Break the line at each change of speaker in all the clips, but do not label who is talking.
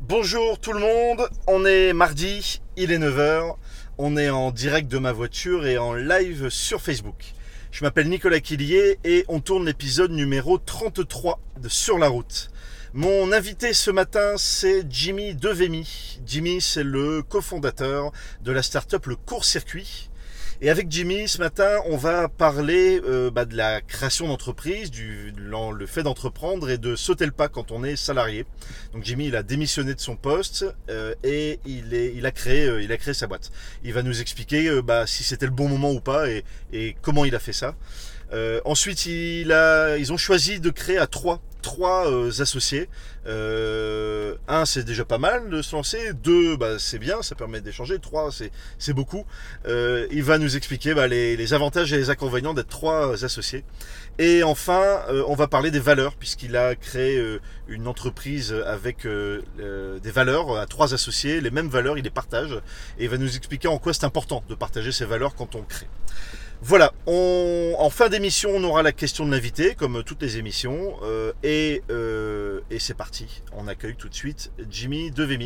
Bonjour tout le monde, on est mardi, il est 9 heures, on est en direct de ma voiture et en live sur Facebook. Je m'appelle Nicolas Quillier et on tourne l'épisode numéro 33 de Sur la route. Mon invité ce matin, c'est Jimmy Devemy. Jimmy, c'est le cofondateur de la startup Le Court Circuit. Et avec Jimmy, ce matin, on va parler de la création d'entreprise, le fait d'entreprendre et de sauter le pas quand on est salarié. Donc Jimmy, il a démissionné de son poste et il a créé sa boîte. Il va nous expliquer si c'était le bon moment ou pas et comment il a fait ça. Ensuite, ils ont choisi de créer à trois associés. Un, c'est déjà pas mal de se lancer. Deux, c'est bien, ça permet d'échanger. Trois, c'est beaucoup. Il va nous expliquer les avantages et les inconvénients d'être trois associés. Et enfin, on va parler des valeurs, puisqu'il a créé une entreprise avec des valeurs à trois associés. Les mêmes valeurs, il les partage. Et il va nous expliquer en quoi c'est important de partager ces valeurs quand on crée. Voilà, en fin d'émission, on aura la question de l'invité, comme toutes les émissions, et c'est parti. On accueille tout de suite Jimmy Devemy.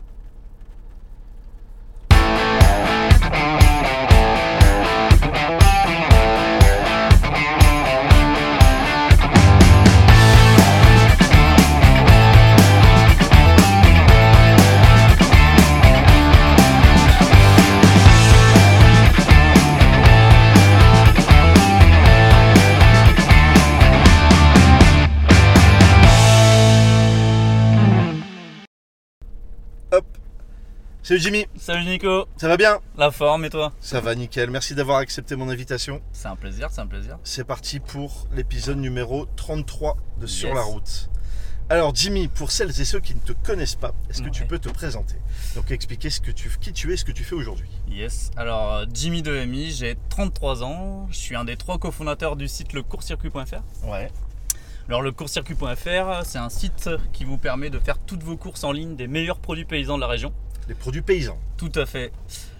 Salut Jimmy.
Salut Nico.
Ça va bien?
La forme et toi?
Ça va nickel, merci d'avoir accepté mon invitation.
C'est un plaisir, c'est un plaisir.
C'est parti pour l'épisode numéro 33 de Sur la route. Alors Jimmy, pour celles et ceux qui ne te connaissent pas, est-ce que tu peux te présenter? Donc expliquer qui tu es et ce que tu fais aujourd'hui.
Yes, alors Jimmy Devemy, j'ai 33 ans, je suis un des 3 cofondateurs du site lecourscircuit.fr.
Ouais.
Alors lecourscircuit.fr, c'est un site qui vous permet de faire toutes vos courses en ligne des meilleurs produits paysans de la région.
Les produits paysans.
Tout à fait.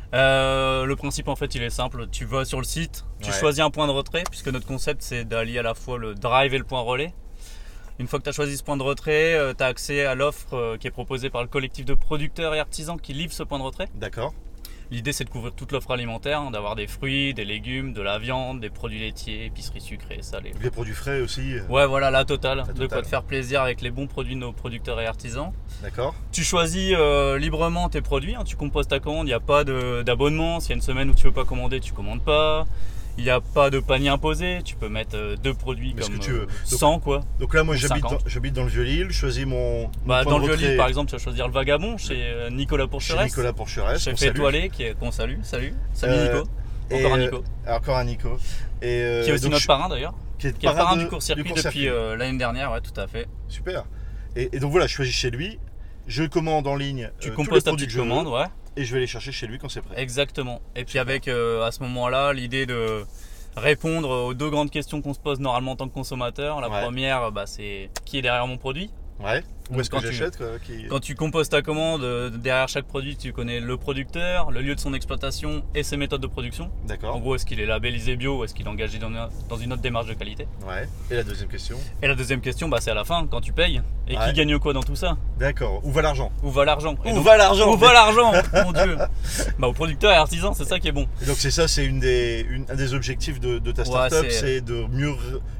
Le principe en fait il est simple, tu vas sur le site, tu choisis un point de retrait, puisque notre concept c'est d'allier à la fois le drive et le point relais. Une fois que tu as choisi ce point de retrait, tu as accès à l'offre qui est proposée par le collectif de producteurs et artisans qui livrent ce point de retrait.
D'accord.
L'idée c'est de couvrir toute l'offre alimentaire, d'avoir des fruits, des légumes, de la viande, des produits laitiers, épiceries sucrées, salées.
Les produits frais aussi.
Ouais voilà, la totale. De quoi te faire plaisir avec les bons produits de nos producteurs et artisans.
D'accord.
Tu choisis librement tes produits, tu composes ta commande, il n'y a pas d'abonnement. S'il y a une semaine où tu ne veux pas commander, tu ne commandes pas. Il n'y a pas de panier imposé, tu peux mettre 2 produits comme 100 quoi.
Donc là moi j'habite dans le Vieux-Lille, je choisis mon
dans le Vieux-Lille par exemple tu vas choisir le Vagabond chez Nicolas Pourcheresse.
Chez Nicolas Pourcheresse.
Chef étoilé qu'on salue. Salut Nico. Encore un Nico.
Encore un Nico.
Qui est aussi notre parrain d'ailleurs. Qui est parrain du court circuit depuis l'année dernière, ouais tout à fait.
Super. Et donc voilà, je choisis chez lui, je commande en ligne.
Tu composes ta petite commande, ouais.
Et je vais les chercher chez lui quand c'est prêt.
Exactement. Et puis avec à ce moment-là l'idée de répondre aux 2 grandes questions qu'on se pose normalement en tant que consommateur. La première, c'est qui est derrière mon produit.
Ouais. Où est-ce que j'achète
Quand tu composes ta commande, derrière chaque produit, tu connais le producteur, le lieu de son exploitation et ses méthodes de production.
D'accord.
En gros, est-ce qu'il est labellisé bio ou est-ce qu'il est engagé dans une autre démarche de qualité.
Ouais. Et la deuxième question?
Et la deuxième question, c'est à la fin, quand tu payes. Et qui gagne quoi dans tout ça?
D'accord. Où va l'argent?
Où va l'argent?
Où va l'argent?
Mon Dieu. Au producteur et artisan, c'est ça qui est bon.
Et donc c'est ça, c'est un des objectifs de ta startup, c'est de mieux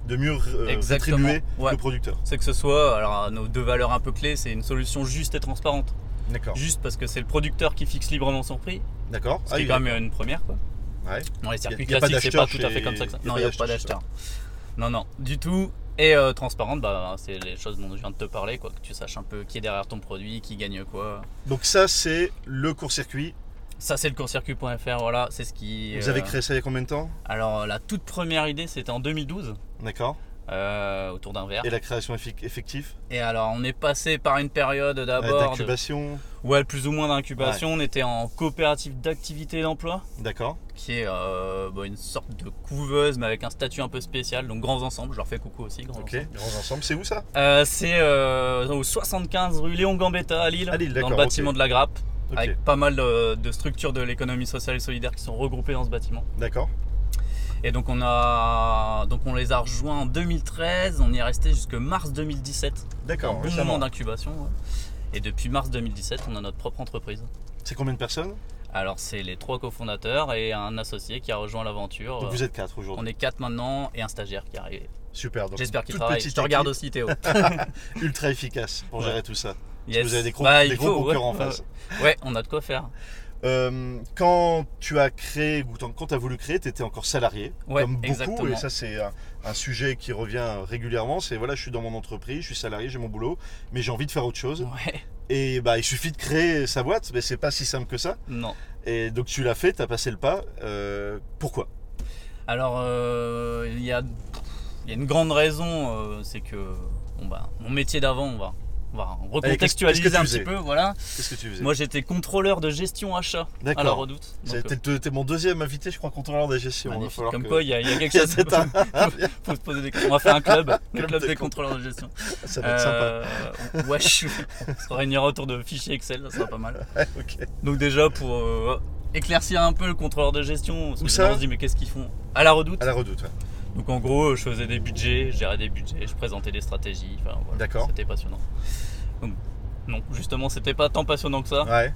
rétribuer le producteur.
C'est que ce soit, alors nos 2 valeurs un peu clés, c'est une solution juste et transparente.
D'accord.
Juste parce que c'est le producteur qui fixe librement son prix.
D'accord.
Ce qui est quand même une première quoi.
Ouais.
Dans les circuits classiques, c'est pas tout à fait comme ça. Non, il n'y a pas d'acheteur. Non, du tout. Et transparente, c'est les choses dont je viens de te parler, quoi. Que tu saches un peu qui est derrière ton produit, qui gagne quoi.
Donc ça, c'est le court-circuit.
Ça, c'est le courscircuit.fr, voilà. C'est ce qui.
Vous avez créé ça il y a combien de temps?
Alors, la toute première idée, c'était en 2012.
D'accord.
Autour d'un verre.
Et la création effective?
Et alors on est passé par une période d'abord
d'incubation.
Ouais, plus ou moins d'incubation. Ouais. On était en coopérative d'activité et d'emploi.
D'accord.
Qui est une sorte de couveuse mais avec un statut un peu spécial. Donc Grands Ensembles, je leur fais coucou aussi. Grands
Ensembles, c'est où ça?
C'est au 75 rue Léon Gambetta à Lille dans le bâtiment de la Grappe. Avec pas mal de structures de l'économie sociale et solidaire qui sont regroupées dans ce bâtiment.
D'accord.
Et donc on les a rejoints en 2013, on y est resté jusque mars 2017.
D'accord.
Un bon moment d'incubation. Ouais. Et depuis mars 2017, on a notre propre entreprise.
C'est combien de personnes?
Alors c'est les 3 cofondateurs et un associé qui a rejoint l'aventure.
Donc vous êtes 4 aujourd'hui.
On est 4 maintenant et un stagiaire qui est arrivé.
Super. Donc
j'espère qu'il
toute
travaille.
petite
Je te regarde
équipe.
aussi Théo.
Ultra efficace pour gérer tout ça. Parce que
Yes.
vous avez des gros
Il
gros
faut,
concurrents
ouais.
en face.
Ouais, on a de quoi faire.
Quand tu as créé, ou quand tu as voulu créer, tu étais encore salarié,
Ouais,
comme beaucoup,
exactement.
et ça c'est un sujet qui revient régulièrement, c'est voilà, je suis dans mon entreprise, je suis salarié, j'ai mon boulot, mais j'ai envie de faire autre chose,
Ouais.
et bah il suffit de créer sa boîte, mais c'est pas si simple que ça,
Non.
et donc tu l'as fait, tu as passé le pas, pourquoi?
Alors il y a une grande raison, c'est que mon métier d'avant, on va recontextualiser
qu'est-ce que tu
un
faisais
petit peu, voilà.
Qu'est-ce que tu faisais?
Moi j'étais contrôleur de gestion achat à la
D'accord.
Redoute. Donc,
T'es mon deuxième invité, je crois, contrôleur de gestion. Il va
magnifique.
falloir
Comme
que-
quoi il y a quelque
Il y a
chose.
cet
Faut se poser des questions. On va faire un club, le
Club
club
des
des contrôleurs de gestion.
Ça va être sympa.
Ouais, on se réunira autour de fichiers Excel, ça sera pas mal.
Ouais, ok.
Donc déjà pour éclaircir un peu le contrôleur de gestion, parce
Où
que
ça
généralement, on se dit mais qu'est-ce qu'ils font à la Redoute.
À la Redoute, ouais.
Donc en gros, je faisais des budgets, je gérais des budgets, je présentais des stratégies, enfin voilà,
D'accord.
c'était passionnant. Donc non, justement, c'était pas tant passionnant que ça.
Ouais.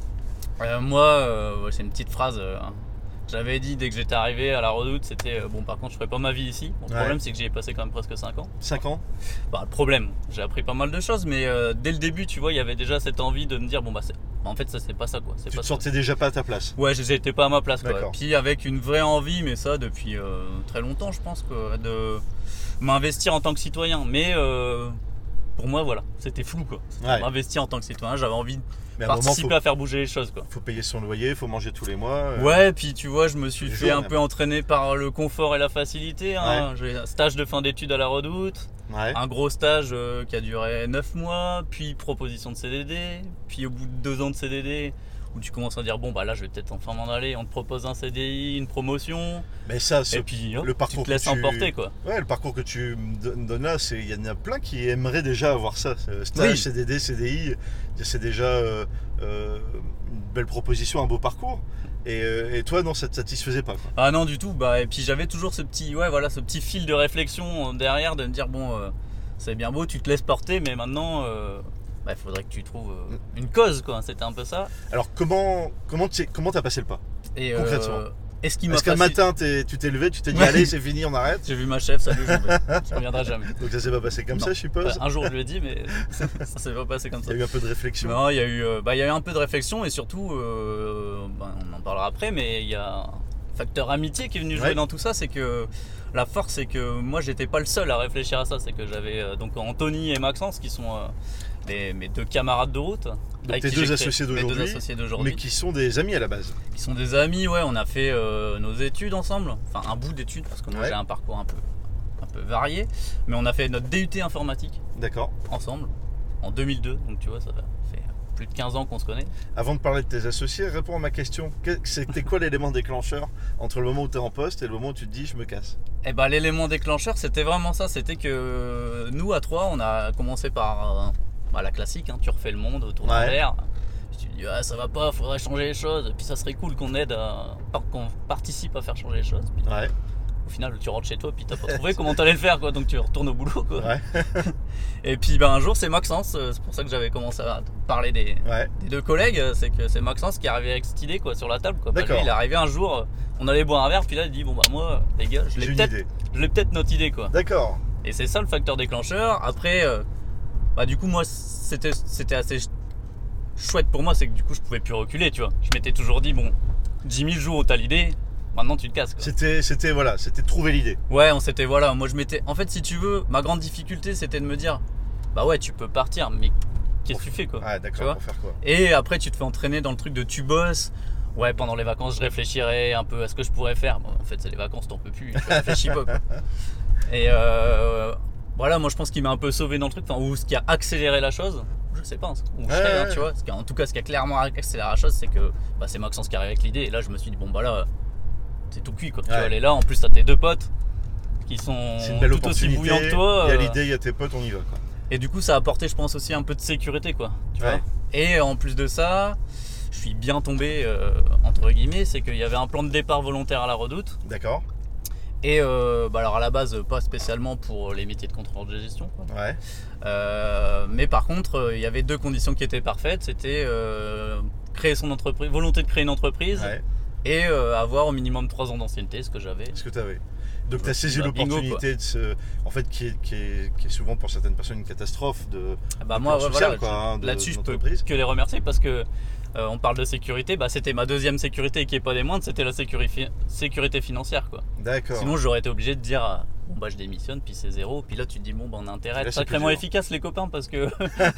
Moi, c'est une petite phrase. J'avais dit dès que j'étais arrivé à la Redoute, c'était bon. Par contre, je ferais pas ma vie ici. Bon, le
Ouais.
problème, c'est que j'y ai passé quand même presque 5 ans.
5 ans?
Bah, le problème, j'ai appris pas mal de choses, mais dès le début, tu vois, il y avait déjà cette envie de me dire en fait, ça c'est pas ça quoi. C'est
Tu
pas
te
ça.
sentais déjà pas à ta place?
Ouais, j'étais pas à ma place quoi.
D'accord.
Puis avec une vraie envie, mais ça depuis très longtemps, je pense, quoi, de m'investir en tant que citoyen. Mais pour moi, voilà, c'était flou quoi.
Ouais.
M'investir en tant que citoyen, j'avais envie de
Mais à un moment,
participer à faire bouger les choses quoi.
faut payer son loyer, faut manger tous les mois.
Ouais, puis tu vois, je me suis
les
fait
jours,
un
même.
peu entraîner par le confort et la facilité. Hein. J'ai un stage de fin d'études à la Redoute,
Ouais.
un gros stage qui a duré 9 mois, puis proposition de CDD, puis au bout de 2 ans de CDD, où tu commences à dire bon bah là je vais peut-être enfin m'en aller, on te propose un CDI, une promotion,
Mais ça,
et puis hop,
le
tu
parcours
te laisses
que tu-
emporter quoi.
Ouais, le parcours que tu me donnes là, il y en a plein qui aimeraient déjà avoir ça. Stage,
Oui.
CDD, CDI, c'est déjà une belle proposition, un beau parcours. Et toi, non, ça te satisfaisait pas, quoi.
Ah non du tout, bah et puis j'avais toujours ce petit fil de réflexion derrière de me dire bon c'est bien beau, tu te laisses porter, mais maintenant il faudrait que tu trouves une cause quoi, c'était un peu ça.
Alors, comment t'as passé le pas?
Et
Concrètement.
est-ce qu'il m'a
Est-ce qu'un
facilité-
matin, tu t'es levé, tu t'es dit
Ouais.
allez, c'est fini, on arrête?
J'ai vu ma chef, salut, je ne reviendra jamais.
Donc ça s'est pas passé comme
Non.
ça, je suppose?
Un jour je lui ai dit, mais ça s'est pas passé comme
Il
ça.
y a eu un peu de réflexion.
Non, il y a eu un peu de réflexion et surtout, on en parlera après, mais il y a un facteur amitié qui est venu jouer
Ouais.
dans tout ça. C'est que la force, c'est que moi j'étais pas le seul à réfléchir à ça. C'est que j'avais donc Anthony et Maxence qui sont mes 2 camarades de route. avec
tes
qui
2
j'ai créé-
associés
mes
d'aujourd'hui,
2 associés d'aujourd'hui.
Mais qui sont des amis à la base.
Qui sont des amis, ouais, on a fait nos études ensemble, enfin un bout d'études parce que moi
Ouais.
j'ai un parcours un peu varié, mais on a fait notre DUT informatique
D'accord.
ensemble en 2002, donc tu vois ça fait plus de 15 ans qu'on se connaît.
Avant de parler de tes associés, réponds à ma question. C'était quoi l'élément déclencheur entre le moment où tu es en poste et le moment où tu te dis je me casse?
Et bah l'élément déclencheur c'était vraiment ça, c'était que nous à 3 on a commencé par la classique, hein, tu refais le monde autour d'un
Ouais.
verre. Tu te dis ah, ça va pas, faudrait changer les choses, et puis ça serait cool qu'on qu'on participe à faire changer les choses. Puis,
Ouais.
au final tu rentres chez toi puis t'as pas trouvé comment t'allais le faire quoi, donc tu retournes au boulot quoi.
Ouais.
Et puis un jour c'est Maxence, c'est pour ça que j'avais commencé à parler des
Ouais.
2 collègues, c'est que c'est Maxence qui est arrivé avec cette idée quoi sur la table quoi.
D'accord.
Lui, il est arrivé un jour, on allait boire un verre, puis là il dit bon bah moi les gars je
J'ai
l'ai
une
peut-être
idée.
notre idée quoi.
D'accord.
Et c'est ça le facteur déclencheur. Après du coup moi c'était assez chouette pour moi, c'est que du coup je pouvais plus reculer tu vois. Je m'étais toujours dit bon Jimmy le jour où t'as l'idée, maintenant tu te casses quoi.
C'était trouver l'idée.
Ouais, moi je m'étais. En fait, si tu veux, ma grande difficulté c'était de me dire bah ouais, tu peux partir, mais qu'est-ce que tu fais quoi?
Ouais,
Tu
d'accord,
vois
pour faire quoi?
Et après, tu te fais entraîner dans le truc de tu bosses. Ouais, pendant les vacances, je réfléchirais un peu à ce que je pourrais faire. Bon, en fait, c'est les vacances, t'en peux plus, tu réfléchis pas quoi. Et voilà, moi je pense qu'il m'a un peu sauvé dans le truc, enfin, ou ce qui a accéléré la chose, je sais pas, où je serais, hein, tu vois. En tout cas, ce qui a clairement accéléré la chose, c'est que c'est Maxence qui arrive avec l'idée. Et là, je me suis dit, bon bah là, c'est tout cuit quoi. Tu
Ouais.
vas aller là, en plus, t'as tes 2 potes qui sont
C'est une belle
tout aussi
opportunité.
bouillants que toi.
Il y a l'idée, il y a tes potes, on y va, quoi.
Et du coup, ça a apporté, je pense, aussi un peu de sécurité, quoi. Tu
Ouais.
vois. Et en plus de ça, je suis bien tombé, entre guillemets, c'est qu'il y avait un plan de départ volontaire à la Redoute.
D'accord.
Et alors à la base, pas spécialement pour les métiers de contrôleur de gestion, quoi.
Ouais.
Mais par contre, il y avait 2 conditions qui étaient parfaites. C'était créer son entreprise, volonté de créer une entreprise,
Ouais.
et avoir au minimum 3 ans d'ancienneté, ce que j'avais.
Ce que tu avais. Donc tu as
Ouais,
saisi
bah, bingo,
l'opportunité en fait, qui est souvent pour certaines personnes une catastrophe de
Moi,
plan
ouais,
social,
voilà,
quoi, hein,
là-dessus, je peux
d'entreprise.
que les remercier parce que on parle de sécurité. C'était ma deuxième sécurité qui est pas des moindres, c'était la sécurité financière, quoi.
D'accord.
Sinon, j'aurais été obligé de dire je démissionne, puis c'est zéro. Puis là, tu te dis on a intérêt à
Là,
être
c'est plus
sacrément
dur.
efficace, les copains, parce que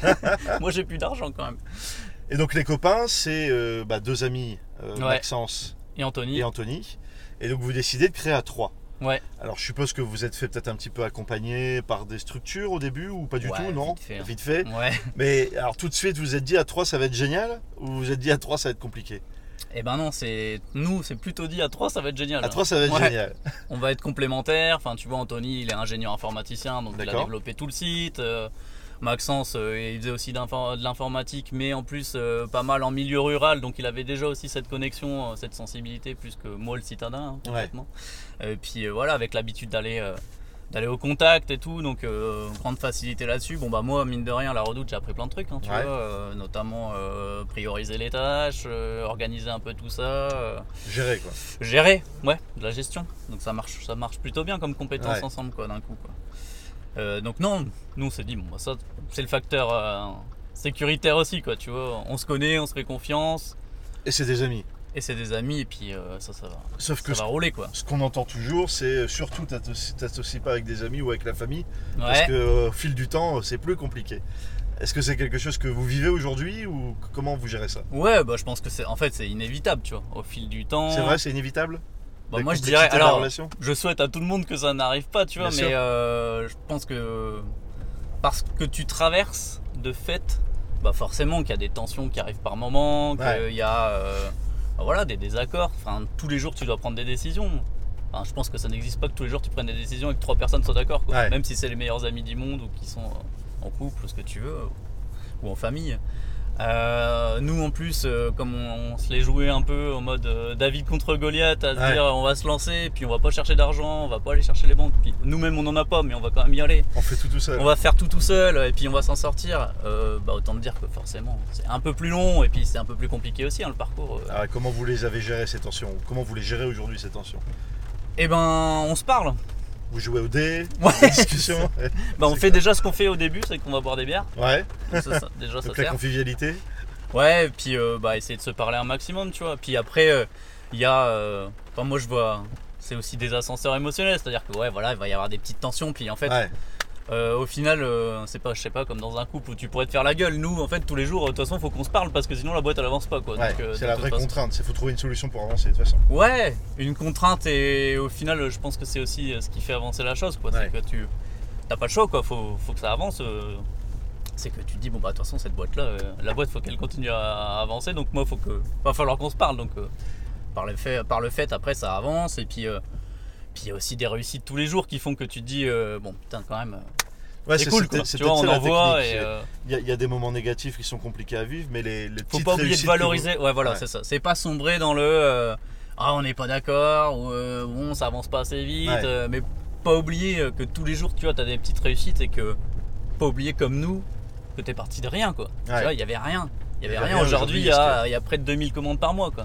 moi, j'ai plus d'argent quand même.
Et donc les copains, c'est 2 amis,
Ouais.
Maxence
Et Anthony,
et Anthony. Et donc vous décidez de créer à 3.
ouais.
Alors je suppose que vous êtes fait peut-être un petit peu accompagner par des structures au début ou pas du
Ouais,
tout, non?
vite fait, hein.
Vite fait.
Ouais.
Mais alors tout de suite vous vous êtes dit à 3 ça va être génial ou vous vous êtes dit à 3 ça va être compliqué?
Et ben non, c'est plutôt dit à 3 ça va être génial.
À 3 ça va être
Ouais.
génial.
On va être complémentaires. Enfin, tu vois, Anthony, il est ingénieur informaticien, donc il a
D'accord.
développé tout le site. Maxence, il faisait aussi de l'informatique, mais en plus pas mal en milieu rural, donc il avait déjà aussi cette connexion, cette sensibilité, plus que moi le citadin, hein, complètement. Et puis voilà, avec l'habitude d'aller au contact et tout, donc grande facilité là-dessus. Moi, mine de rien, à la Redoute, j'ai appris plein de trucs, hein, tu
Ouais.
vois, notamment prioriser les tâches, organiser un peu tout ça.
Gérer quoi.
Gérer, ouais, de la gestion. Donc ça marche plutôt bien comme compétences
Ouais.
ensemble, quoi, d'un coup, quoi. Donc non, nous on s'est dit ça c'est le facteur sécuritaire aussi, quoi, tu vois. On se connaît, on se fait confiance,
Et c'est des amis.
et c'est des amis, et puis ça
Sauf que
va rouler, quoi.
ce qu'on entend toujours, c'est surtout t'associes pas avec des amis ou avec la famille, parce
Ouais.
que au fil du temps, c'est plus compliqué. Est-ce que c'est quelque chose que vous vivez aujourd'hui ou comment vous gérez ça?
Ouais, je pense que c'est inévitable, tu vois, au fil du temps.
C'est vrai, c'est inévitable? La
Moi je
complexité
dirais,
de la
alors,
relation.
je souhaite à tout le monde que ça n'arrive pas, tu vois,
Bien
mais
sûr.
je pense que parce que tu traverses de fait, forcément qu'il y a des tensions qui arrivent par moment, qu'il
Ouais.
y a voilà, des désaccords. Enfin, tous les jours tu dois prendre des décisions. Enfin, je pense que ça n'existe pas que tous les jours tu prennes des décisions et que 3 personnes soient d'accord, quoi.
Ouais.
Même si c'est les meilleurs amis du monde ou qui sont en couple ou ce que tu veux, ou en famille. Nous en plus, comme on se l'est joué un peu en mode David contre Goliath, à se
Ouais.
dire on va se lancer, puis on va pas chercher d'argent, on va pas aller chercher les banques, puis nous-mêmes on en a pas, mais on va quand même y aller.
On fait tout seul.
On va faire tout seul, et puis on va s'en sortir. Autant te dire que forcément c'est un peu plus long, et puis c'est un peu plus compliqué aussi, hein, le parcours.
Alors, comment vous les avez gérées ces tensions? Comment vous les gérez aujourd'hui ces tensions?
On se parle.
Vous jouez au dé?
Ouais.
Des discussions?
On
C'est
fait
quoi?
déjà ce qu'on fait au début, c'est qu'on va boire des bières.
Ouais.
Donc déjà ça
Donc la
sert.
convivialité?
Ouais, et puis essayer de se parler un maximum, tu vois. Puis après, il y a. Moi je vois. C'est aussi des ascenseurs émotionnels, c'est-à-dire que ouais, voilà, il va y avoir des petites tensions, puis en fait,
Ouais.
au final, c'est pas, je sais pas, comme dans un couple où tu pourrais te faire la gueule. Nous, en fait, tous les jours, de toute façon, faut qu'on se parle parce que sinon la boîte elle avance pas, quoi.
Ouais.
Donc,
C'est
de
la
toute
vraie
façon.
contrainte. Il faut trouver une solution pour avancer de toute façon.
Ouais, une contrainte, et au final, je pense que c'est aussi ce qui fait avancer la chose, quoi.
Ouais.
C'est que tu t'as pas le choix, quoi. Faut que ça avance. C'est que tu te dis de toute façon cette boîte là, la boîte faut qu'elle continue à avancer, donc moi va falloir qu'on se parle, donc par le fait après ça avance, et puis il y a aussi des réussites tous les jours qui font que tu te dis putain quand même
Ouais,
c'est cool, quoi.
c'est
Tu vois,
peut-être
on
ça, la
en voit,
technique.
et
Il y a des moments négatifs qui sont compliqués à vivre, mais les
faut
petites
pas oublier de
réussites que vous-
valoriser. Ouais, voilà,
Ouais.
c'est ça, c'est pas sombrer dans le on n'est pas d'accord, ou bon ça avance pas assez vite,
Ouais.
mais pas oublier que tous les jours tu vois t'as des petites réussites, et que pas oublier comme nous que t'es parti de rien, quoi. Tu
Ouais.
vois, il y avait rien. Il y avait rien.
rien
Aujourd'hui,
aujourd'hui,
il y a près de 2000 commandes par mois, quoi.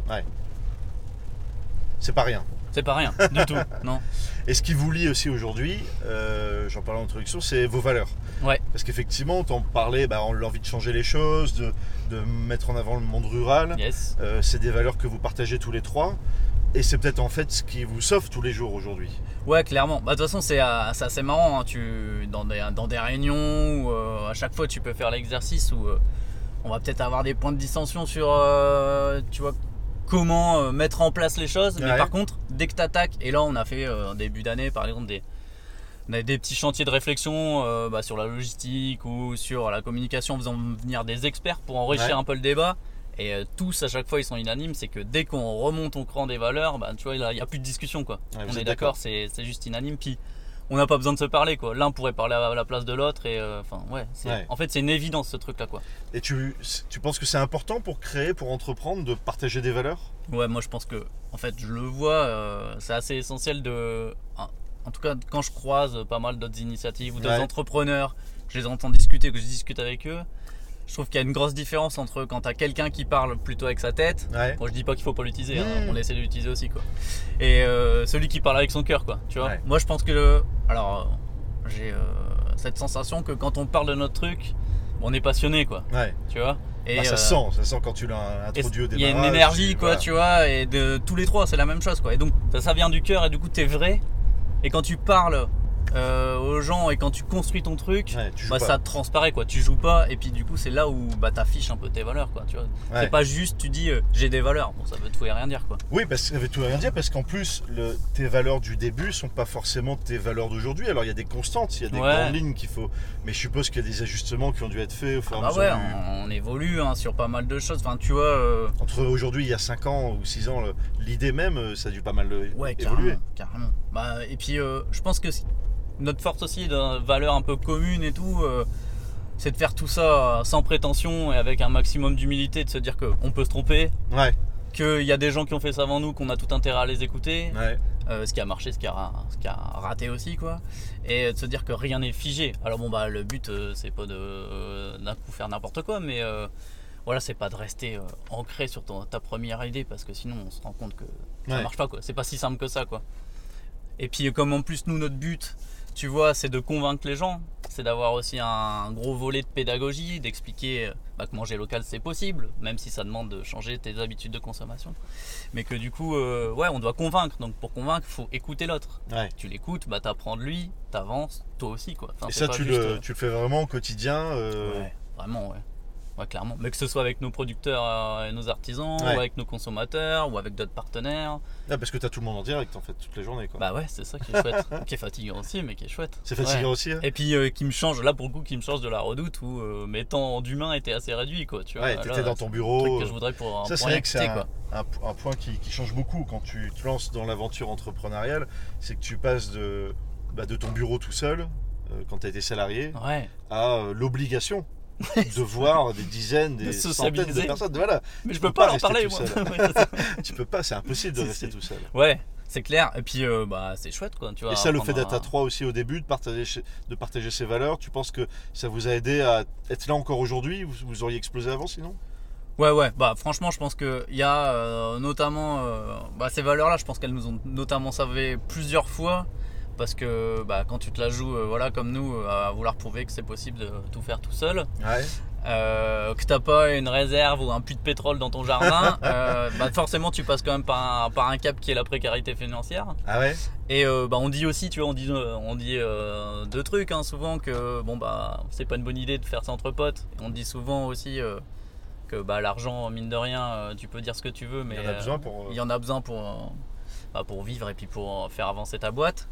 C'est pas rien.
C'est pas rien du tout, non.
Et ce qui vous lie aussi aujourd'hui, j'en parlais en introduction, c'est vos valeurs.
Ouais.
Parce qu'effectivement, on t'en parlait, on a l'envie de changer les choses, de mettre en avant le monde rural.
Yes.
C'est des valeurs que vous partagez tous les trois. Et c'est peut-être en fait ce qui vous sauve tous les jours aujourd'hui.
Ouais, clairement. De toute façon, c'est assez marrant, hein. Dans des réunions où à chaque fois tu peux faire l'exercice où on va peut-être avoir des points de dissension sur tu vois, comment mettre en place les choses. Mais
Ouais.
par contre, dès que tu attaques, et là on a fait en début d'année par exemple des petits chantiers de réflexion sur la logistique ou sur la communication, en faisant venir des experts pour enrichir
Ouais.
un peu le débat. Et tous à chaque fois ils sont unanimes, c'est que dès qu'on remonte au cran des valeurs, tu vois, il n'y a plus de discussion, quoi.
Ouais, vous
On est
êtes
d'accord, c'est juste unanime. Puis on n'a pas besoin de se parler, quoi. L'un pourrait parler à la place de l'autre, et
Ouais.
en fait c'est une évidence, ce truc là, quoi.
Et tu penses que c'est important pour créer, pour entreprendre, de partager des valeurs?
Ouais, moi je pense que en fait je le vois, c'est assez essentiel en tout cas quand je croise pas mal d'autres initiatives ou d'autres
Ouais.
entrepreneurs, je les entends discuter, que je discute avec eux, je trouve qu'il y a une grosse différence entre quand t'as quelqu'un qui parle plutôt avec sa tête.
Ouais.
Moi je dis pas qu'il faut pas l'utiliser, hein,
Mmh.
on essaie de l'utiliser aussi quoi. Et celui qui parle avec son cœur quoi, tu vois.
Ouais.
Moi je pense que j'ai cette sensation que quand on parle de notre truc, on est passionné quoi,
Ouais.
tu vois. Et
Bah, ça sent quand tu l'as introduit au
il y a
démarrage.
une énergie quoi,
voilà.
tu vois, et de tous les trois c'est la même chose quoi. Et donc ça vient du cœur et du coup t'es vrai. Et quand tu parles aux gens et quand tu construis ton truc,
Ouais, tu joues
bah,
pas.
ça transparaît quoi. Tu joues pas et puis du coup c'est là où bah, t'affiches un peu tes valeurs quoi. Tu vois.
Ouais.
C'est pas juste tu dis j'ai des valeurs. Bon ça veut tout et rien dire quoi.
Oui, parce que ça veut tout rien dire, parce qu'en plus, tes valeurs du début sont pas forcément tes valeurs d'aujourd'hui. Alors il y a des constantes, il y a des
Ouais.
grandes lignes qu'il faut. Mais je suppose qu'il y a des ajustements qui ont dû être faits au fur et à
Bah
mesure.
ouais, on évolue hein, sur pas mal de choses. Enfin tu vois.
Entre aujourd'hui, il y a 5 ans ou 6 ans, l'idée même, ça a dû pas mal
Ouais,
évoluer.
carrément. Bah, et puis, je pense que notre force aussi, de valeur un peu commune et tout, c'est de faire tout ça sans prétention et avec un maximum d'humilité, de se dire qu'on peut se tromper,
Ouais,
qu'il y a des gens qui ont fait ça avant nous, qu'on a tout intérêt à les écouter,
ouais.
ce qui a marché, ce qui a raté aussi, quoi. Et de se dire que rien n'est figé. Alors bon, bah, le but, c'est pas d'un coup faire n'importe quoi, mais voilà, c'est pas de rester ancré sur ta première idée, parce que sinon on se rend compte que ça
Ouais.
marche pas, quoi. C'est pas si simple que ça, quoi. Et puis comme en plus nous notre but, tu vois, c'est de convaincre les gens, c'est d'avoir aussi un gros volet de pédagogie, d'expliquer que manger local c'est possible, même si ça demande de changer tes habitudes de consommation, mais que du coup ouais on doit convaincre. Donc pour convaincre faut écouter l'autre.
Ouais.
Tu l'écoutes, bah t'apprends de lui, t'avances toi aussi quoi. Enfin,
Et
c'est
ça,
pas
tu
juste,
le fais vraiment au quotidien.
ouais, vraiment ouais. Ouais, clairement. Mais que ce soit avec nos producteurs et nos artisans,
Ouais.
ou avec nos consommateurs, ou avec d'autres partenaires.
Ah, parce que t'as tout le monde en direct en fait, toute la journée. Quoi.
Bah ouais, c'est ça qui est chouette. Qui est fatigant aussi, mais qui est chouette.
C'est fatigant
Ouais.
aussi. Hein.
Et puis qui me change, là pour le coup, qui me change de la Redoute où mes temps d'humain étaient assez réduits quoi. Tu vois,
Ouais,
là,
t'étais dans ton
c'est
bureau.
un truc que je voudrais pour
Ça, c'est
pour
vrai
rien
que c'est
quitter, quoi.
un point qui change beaucoup quand tu te lances dans l'aventure entrepreneuriale. C'est que tu passes de ton bureau tout seul, quand tu as été salarié,
Ouais,
à l'obligation de voir des dizaines,
De
des centaines de
sociabiliser.
personnes. Voilà,
mais je
peux
peux
pas
pas en
rester
parler
tout
moi.
seul.
Ouais, c'est ça.
tu peux pas, c'est impossible de
Si,
rester
si.
tout seul.
Ouais, c'est clair. Et puis bah c'est chouette quoi. Tu vois,
Et ça, le
apprendre
fait d'être
à-
à trois aussi au début, de partager ses valeurs, tu penses que ça vous a aidé à être là encore aujourd'hui? Vous auriez explosé avant sinon?
Ouais, bah franchement, je pense qu'il y a notamment ces valeurs-là, je pense qu'elles nous ont notamment sauvé plusieurs fois. Parce que quand tu te la joues voilà, comme nous, à vouloir prouver que c'est possible de tout faire tout seul,
Ouais.
que t'as pas une réserve ou un puits de pétrole dans ton jardin, forcément tu passes quand même par un cap qui est la précarité financière.
Ah ouais?
Et on dit aussi, tu vois, on dit deux trucs hein, souvent que c'est pas une bonne idée de faire ça entre potes. Et on dit souvent aussi que l'argent, mine de rien, tu peux dire ce que tu veux, mais
Il y en a besoin pour.
il y en a besoin pour vivre et puis pour faire avancer ta boîte.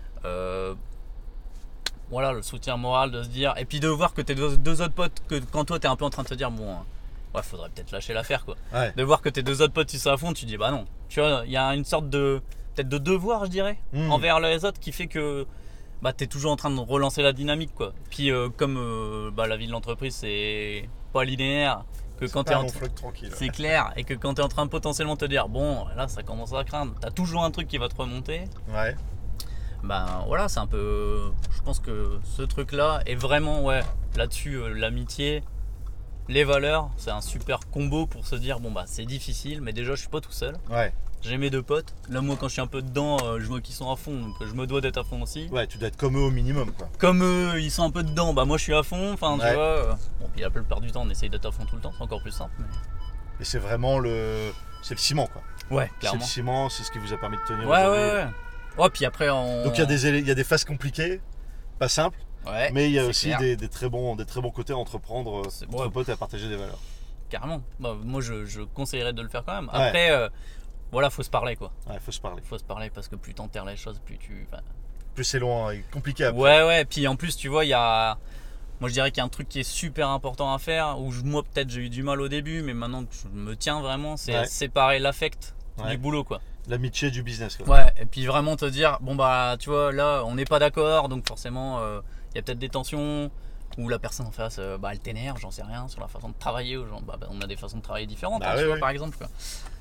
Voilà, le soutien moral de se dire, et puis de voir que tes deux autres potes, que quand toi t'es un peu en train de te dire ouais, faudrait peut-être lâcher l'affaire quoi.
Ouais.
De voir que tes deux autres potes ils sont à fond, tu dis bah non. Tu vois, il y a une sorte de peut-être de devoir, je dirais, envers les autres qui fait que t'es toujours en train de relancer la dynamique quoi. Puis comme la vie de l'entreprise c'est pas linéaire, que quand t'es
un
en
long fleuve tranquille.
c'est clair, et que quand t'es en train de potentiellement te dire bon là ça commence à craindre, t'as toujours un truc qui va te remonter.
Ouais.
Voilà, c'est un peu. Je pense que ce truc-là est vraiment, ouais, là-dessus, l'amitié, les valeurs, c'est un super combo pour se dire c'est difficile, mais déjà je suis pas tout seul.
Ouais.
J'ai mes deux potes. Là, moi, quand je suis un peu dedans, je vois qu'ils sont à fond, donc je me dois d'être à fond aussi.
Ouais, tu dois être comme eux au minimum quoi.
Comme eux, ils sont un peu dedans, moi je suis à fond, enfin
Ouais.
tu vois. Bon, puis la plupart du temps, on essaye d'être à fond tout le temps, c'est encore plus simple. Mais...
Et c'est vraiment c'est le ciment quoi.
Ouais,
C'est
clairement.
le ciment, c'est ce qui vous a permis de tenir
Ouais,
aujourd'hui.
ouais. Ouais, puis après, on.
Donc il y a des phases compliquées, pas simples,
Ouais,
mais il y a
c'est
aussi
clair.
des très bons côtés à entreprendre
C'est-
entre
ouais.
potes et à partager des valeurs.
Carrément. Moi, je conseillerais de le faire quand même.
Ouais.
Après, voilà, faut se parler quoi.
Ouais, faut se parler.
Faut se parler parce que plus t'enterres les choses, plus tu.
Plus c'est loin et compliqué après.
Ouais. Puis en plus, tu vois, moi je dirais qu'il y a un truc qui est super important à faire, où moi peut-être j'ai eu du mal au début, mais maintenant que je me tiens vraiment, c'est
Ouais.
séparer l'affect
Ouais.
du boulot quoi.
L'amitié du business quoi.
Ouais, et puis vraiment te dire, tu vois, là on n'est pas d'accord, donc forcément il y a peut-être des tensions, ou la personne en face, elle t'énerve, j'en sais rien, sur la façon de travailler, ou on a des façons de travailler différentes,
Bah
hein,
oui,
tu vois,
oui.
par exemple quoi.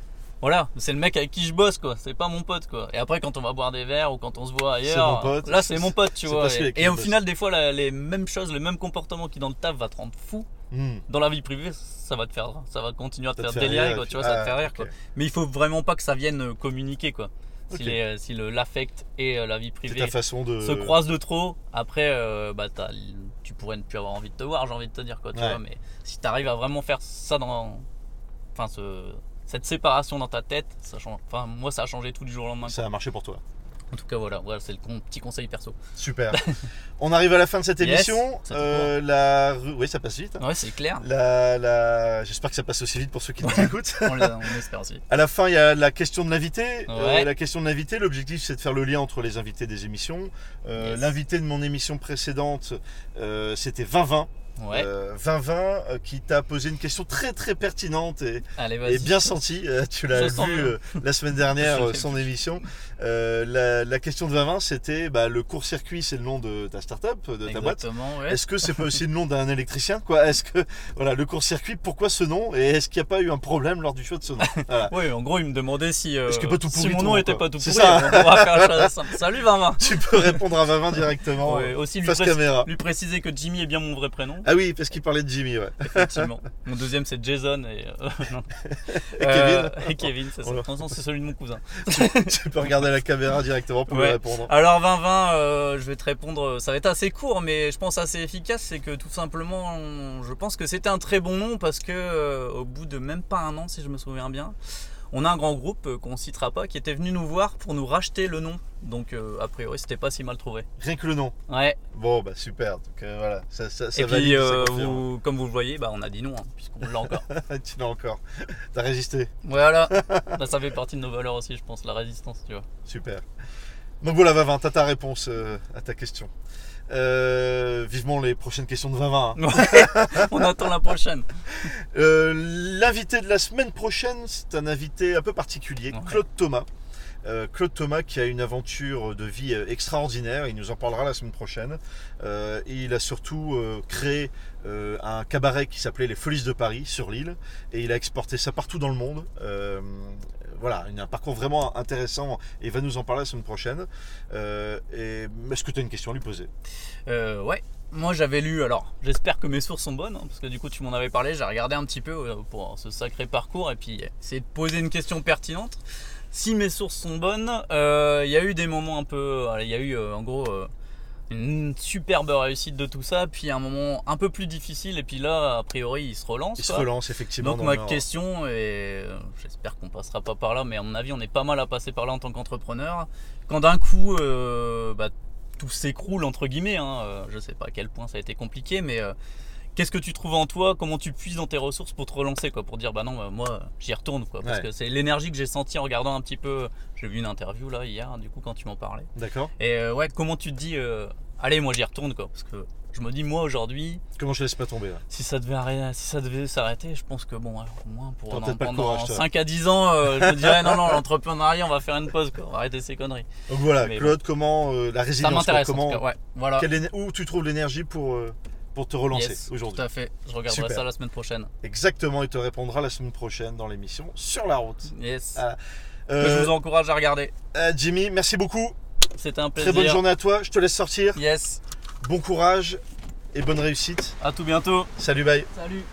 voilà, c'est le mec avec qui je bosse, quoi. C'est pas mon pote, quoi. Et après, quand on va boire des verres ou quand on se voit
C'est
ailleurs,
mon pote.
là, c'est mon pote, tu
C'est
vois.
pas celui avec qui
Et
je
au
bosse.
final, des fois, les mêmes choses, le même comportement qui dans le taf va te rendre fou. Dans la vie privée, ça va continuer à te faire délirer,
rire,
quoi. Tu vois, ça va te faire rire,
ok.
quoi. Mais il faut vraiment pas que ça vienne communiquer, quoi. Si,
Ok.
si l'affect et la vie
C'est
privée
ta façon de.
se croisent de trop, après, bah, tu pourrais ne plus avoir envie de te voir, j'ai envie de te dire, quoi. Tu
Ouais.
vois, mais si tu arrives à vraiment faire ça enfin, cette séparation dans ta tête, ça change. Enfin, moi, ça a changé tout du jour au lendemain.
Ça a marché pour toi.
En tout cas, voilà c'est le petit conseil perso.
Super. On arrive à la fin de cette
Yes,
émission.
ça te
Oui, ça passe vite.
Ouais, c'est clair.
J'espère que ça passe aussi vite pour ceux qui nous écoutent.
On espère aussi.
À la fin, il y a la question de l'invité.
Ouais.
La question de l'invité, l'objectif, c'est de faire le lien entre les invités des émissions.
Yes.
L'invité de mon émission précédente, c'était 2020.
Ouais.
2020 qui t'a posé une question très très pertinente
Allez, vas-y.
et bien sentie. Tu l'as
Je sens
vu
bien.
la semaine dernière,
Je l'ai
son émission. La question de 2020, c'était le court-circuit, c'est le nom de ta start-up, de ta boîte.
Exactement, ouais.
Est-ce que c'est pas aussi le nom d'un électricien, quoi? Est-ce que voilà, le court-circuit, pourquoi ce nom? Et est-ce qu'il n'y a pas eu un problème lors du choix de ce nom? Voilà.
Oui, en gros, il me demandait si,
Est-ce que pas tout pourri
si mon
ton
nom
nom,
était
quoi.
pas tout
C'est
pourri.
ça.
On va faire la chose simple. Salut 2020.
Tu peux répondre à 2020 directement,
Ouais, aussi
face caméra.
lui préciser que Jimmy est bien mon vrai prénom.
Ah oui, parce qu'il parlait de Jimmy, ouais.
Effectivement. Mon deuxième c'est Jason et, non.
Et Kevin.
Et Kevin, c'est ça.
Voilà.
De toute façon, c'est celui de mon cousin.
Tu peux regarder la caméra directement pour lui
Ouais.
répondre.
Alors 2020, je vais te répondre, ça va être assez court mais je pense assez efficace, c'est que tout simplement je pense que c'était un très bon nom parce que au bout de même pas un an si je me souviens bien, on a un grand groupe qu'on citera pas qui était venu nous voir pour nous racheter le nom, donc a priori c'était pas si mal trouvé.
Rien que le nom.
Ouais.
Bon, bah super. Donc voilà, ça
Et
valide,
puis
ça confirme.
comme vous le voyez, bah, on a dit non hein, puisqu'on l'a encore.
Tu l'as encore. T'as résisté.
Voilà, bah, ça fait partie de nos valeurs aussi je pense, la résistance tu vois.
Super. Donc voilà, Vavin, t'as ta réponse à ta question. Vivement les prochaines questions de Vavin. Hein.
Ouais, on attend la prochaine.
L'invité de la semaine prochaine, c'est un invité un peu particulier,
Ouais.
Claude Thomas. Claude Thomas qui a une aventure de vie extraordinaire, il nous en parlera la semaine prochaine. Il a surtout créé un cabaret qui s'appelait Les Folies de Paris sur l'île et il a exporté ça partout dans le monde. Voilà, il a un parcours vraiment intéressant et il va nous en parler la semaine prochaine. Est-ce que tu as une question à lui poser?
Ouais, moi j'avais lu, alors j'espère que mes sources sont bonnes, hein, parce que du coup tu m'en avais parlé, j'ai regardé un petit peu pour ce sacré parcours et puis essayer de poser une question pertinente. Si mes sources sont bonnes, il y a eu des moments un peu, il y a eu en gros une superbe réussite de tout ça, puis un moment un peu plus difficile et puis là a priori il se relance.
Il se
quoi.
relance effectivement.
Donc
dans
ma
le Nord.
question, et j'espère qu'on passera pas par là, mais à mon avis on est pas mal à passer par là en tant qu'entrepreneur. Quand d'un coup bah, tout s'écroule entre guillemets, hein, je sais pas à quel point ça a été compliqué, mais qu'est-ce que tu trouves en toi, comment tu puises dans tes ressources pour te relancer, quoi, pour dire bah non moi j'y retourne quoi, parce
Ouais.
que c'est l'énergie que j'ai sentie en regardant un petit peu. J'ai vu une interview là hier du coup quand tu m'en parlais.
D'accord.
Et ouais, comment tu te dis allez moi j'y retourne quoi, parce que je me dis moi aujourd'hui
Comment je laisse pas tomber là?
si ça devait s'arrêter, je pense que bon, alors, au moins pour
T'auras peut-être pas le
pendant
courage, toi.
5 à 10 ans, je me dirais non, l'entrepreneuriat, on va faire une pause, quoi. On va arrêter ces conneries.
Donc voilà,
Mais
Claude, comment la
Ça
résilience,
m'intéresse,
comment,
en tout cas, ouais. Voilà.
où tu trouves l'énergie pour te relancer
Yes,
aujourd'hui?
tout à fait. Je regarderai
Super.
ça la semaine prochaine.
Exactement, il te répondra la semaine prochaine dans l'émission Sur la route.
Yes.
Ah,
Je vous encourage à regarder.
Jimmy, merci beaucoup.
C'était un plaisir.
Très bonne journée à toi. Je te laisse sortir.
Yes.
Bon courage et bonne réussite.
À tout bientôt.
Salut, bye.
Salut.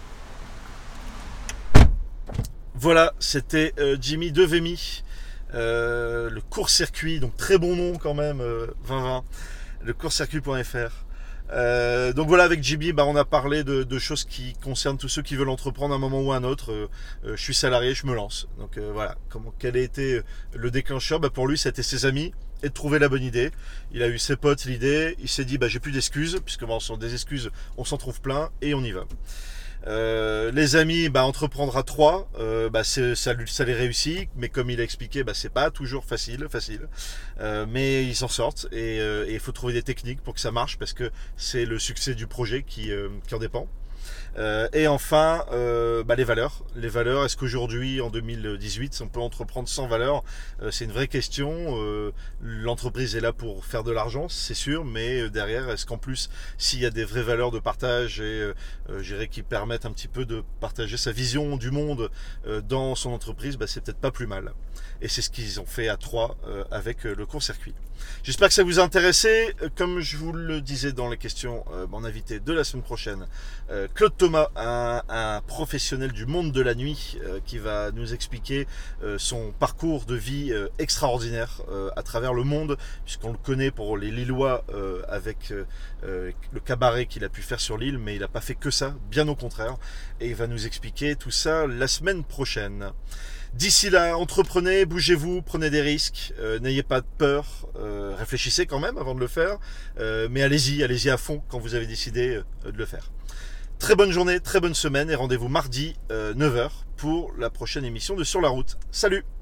Voilà, c'était Jimmy Devemy, le court-circuit, donc très bon nom quand même, 2020, le court-circuit.fr. Donc voilà, avec Jimmy, on a parlé de choses qui concernent tous ceux qui veulent entreprendre à un moment ou à un autre. Je suis salarié, je me lance. Donc voilà, quel a été le déclencheur? Pour lui, c'était ses amis et de trouver la bonne idée. Il a eu ses potes l'idée, il s'est dit j'ai plus d'excuses, puisque sur des excuses, on s'en trouve plein et on y va. Les amis, entreprendre à trois, ça les réussit, mais comme il a expliqué, c'est pas toujours facile, mais ils s'en sortent et il faut trouver des techniques pour que ça marche parce que c'est le succès du projet qui en dépend. Et enfin, les valeurs. Les valeurs, est-ce qu'aujourd'hui, en 2018, on peut entreprendre sans valeurs? C'est une vraie question. L'entreprise est là pour faire de l'argent, c'est sûr, mais derrière, est-ce qu'en plus, s'il y a des vraies valeurs de partage et je dirais qui permettent un petit peu de partager sa vision du monde dans son entreprise, c'est peut-être pas plus mal. Et c'est ce qu'ils ont fait à 3 avec le court-circuit. J'espère que ça vous a intéressé. Comme je vous le disais dans les questions, mon invité de la semaine prochaine, Claude Thomas, un professionnel du monde de la nuit qui va nous expliquer son parcours de vie extraordinaire à travers le monde, puisqu'on le connaît pour les Lillois avec le cabaret qu'il a pu faire sur l'île, mais il n'a pas fait que ça, bien au contraire. Et il va nous expliquer tout ça la semaine prochaine. D'ici là, entreprenez, bougez-vous, prenez des risques, n'ayez pas de peur, réfléchissez quand même avant de le faire, mais allez-y à fond quand vous avez décidé de le faire. Très bonne journée, très bonne semaine et rendez-vous mardi 9h pour la prochaine émission de Sur la route. Salut!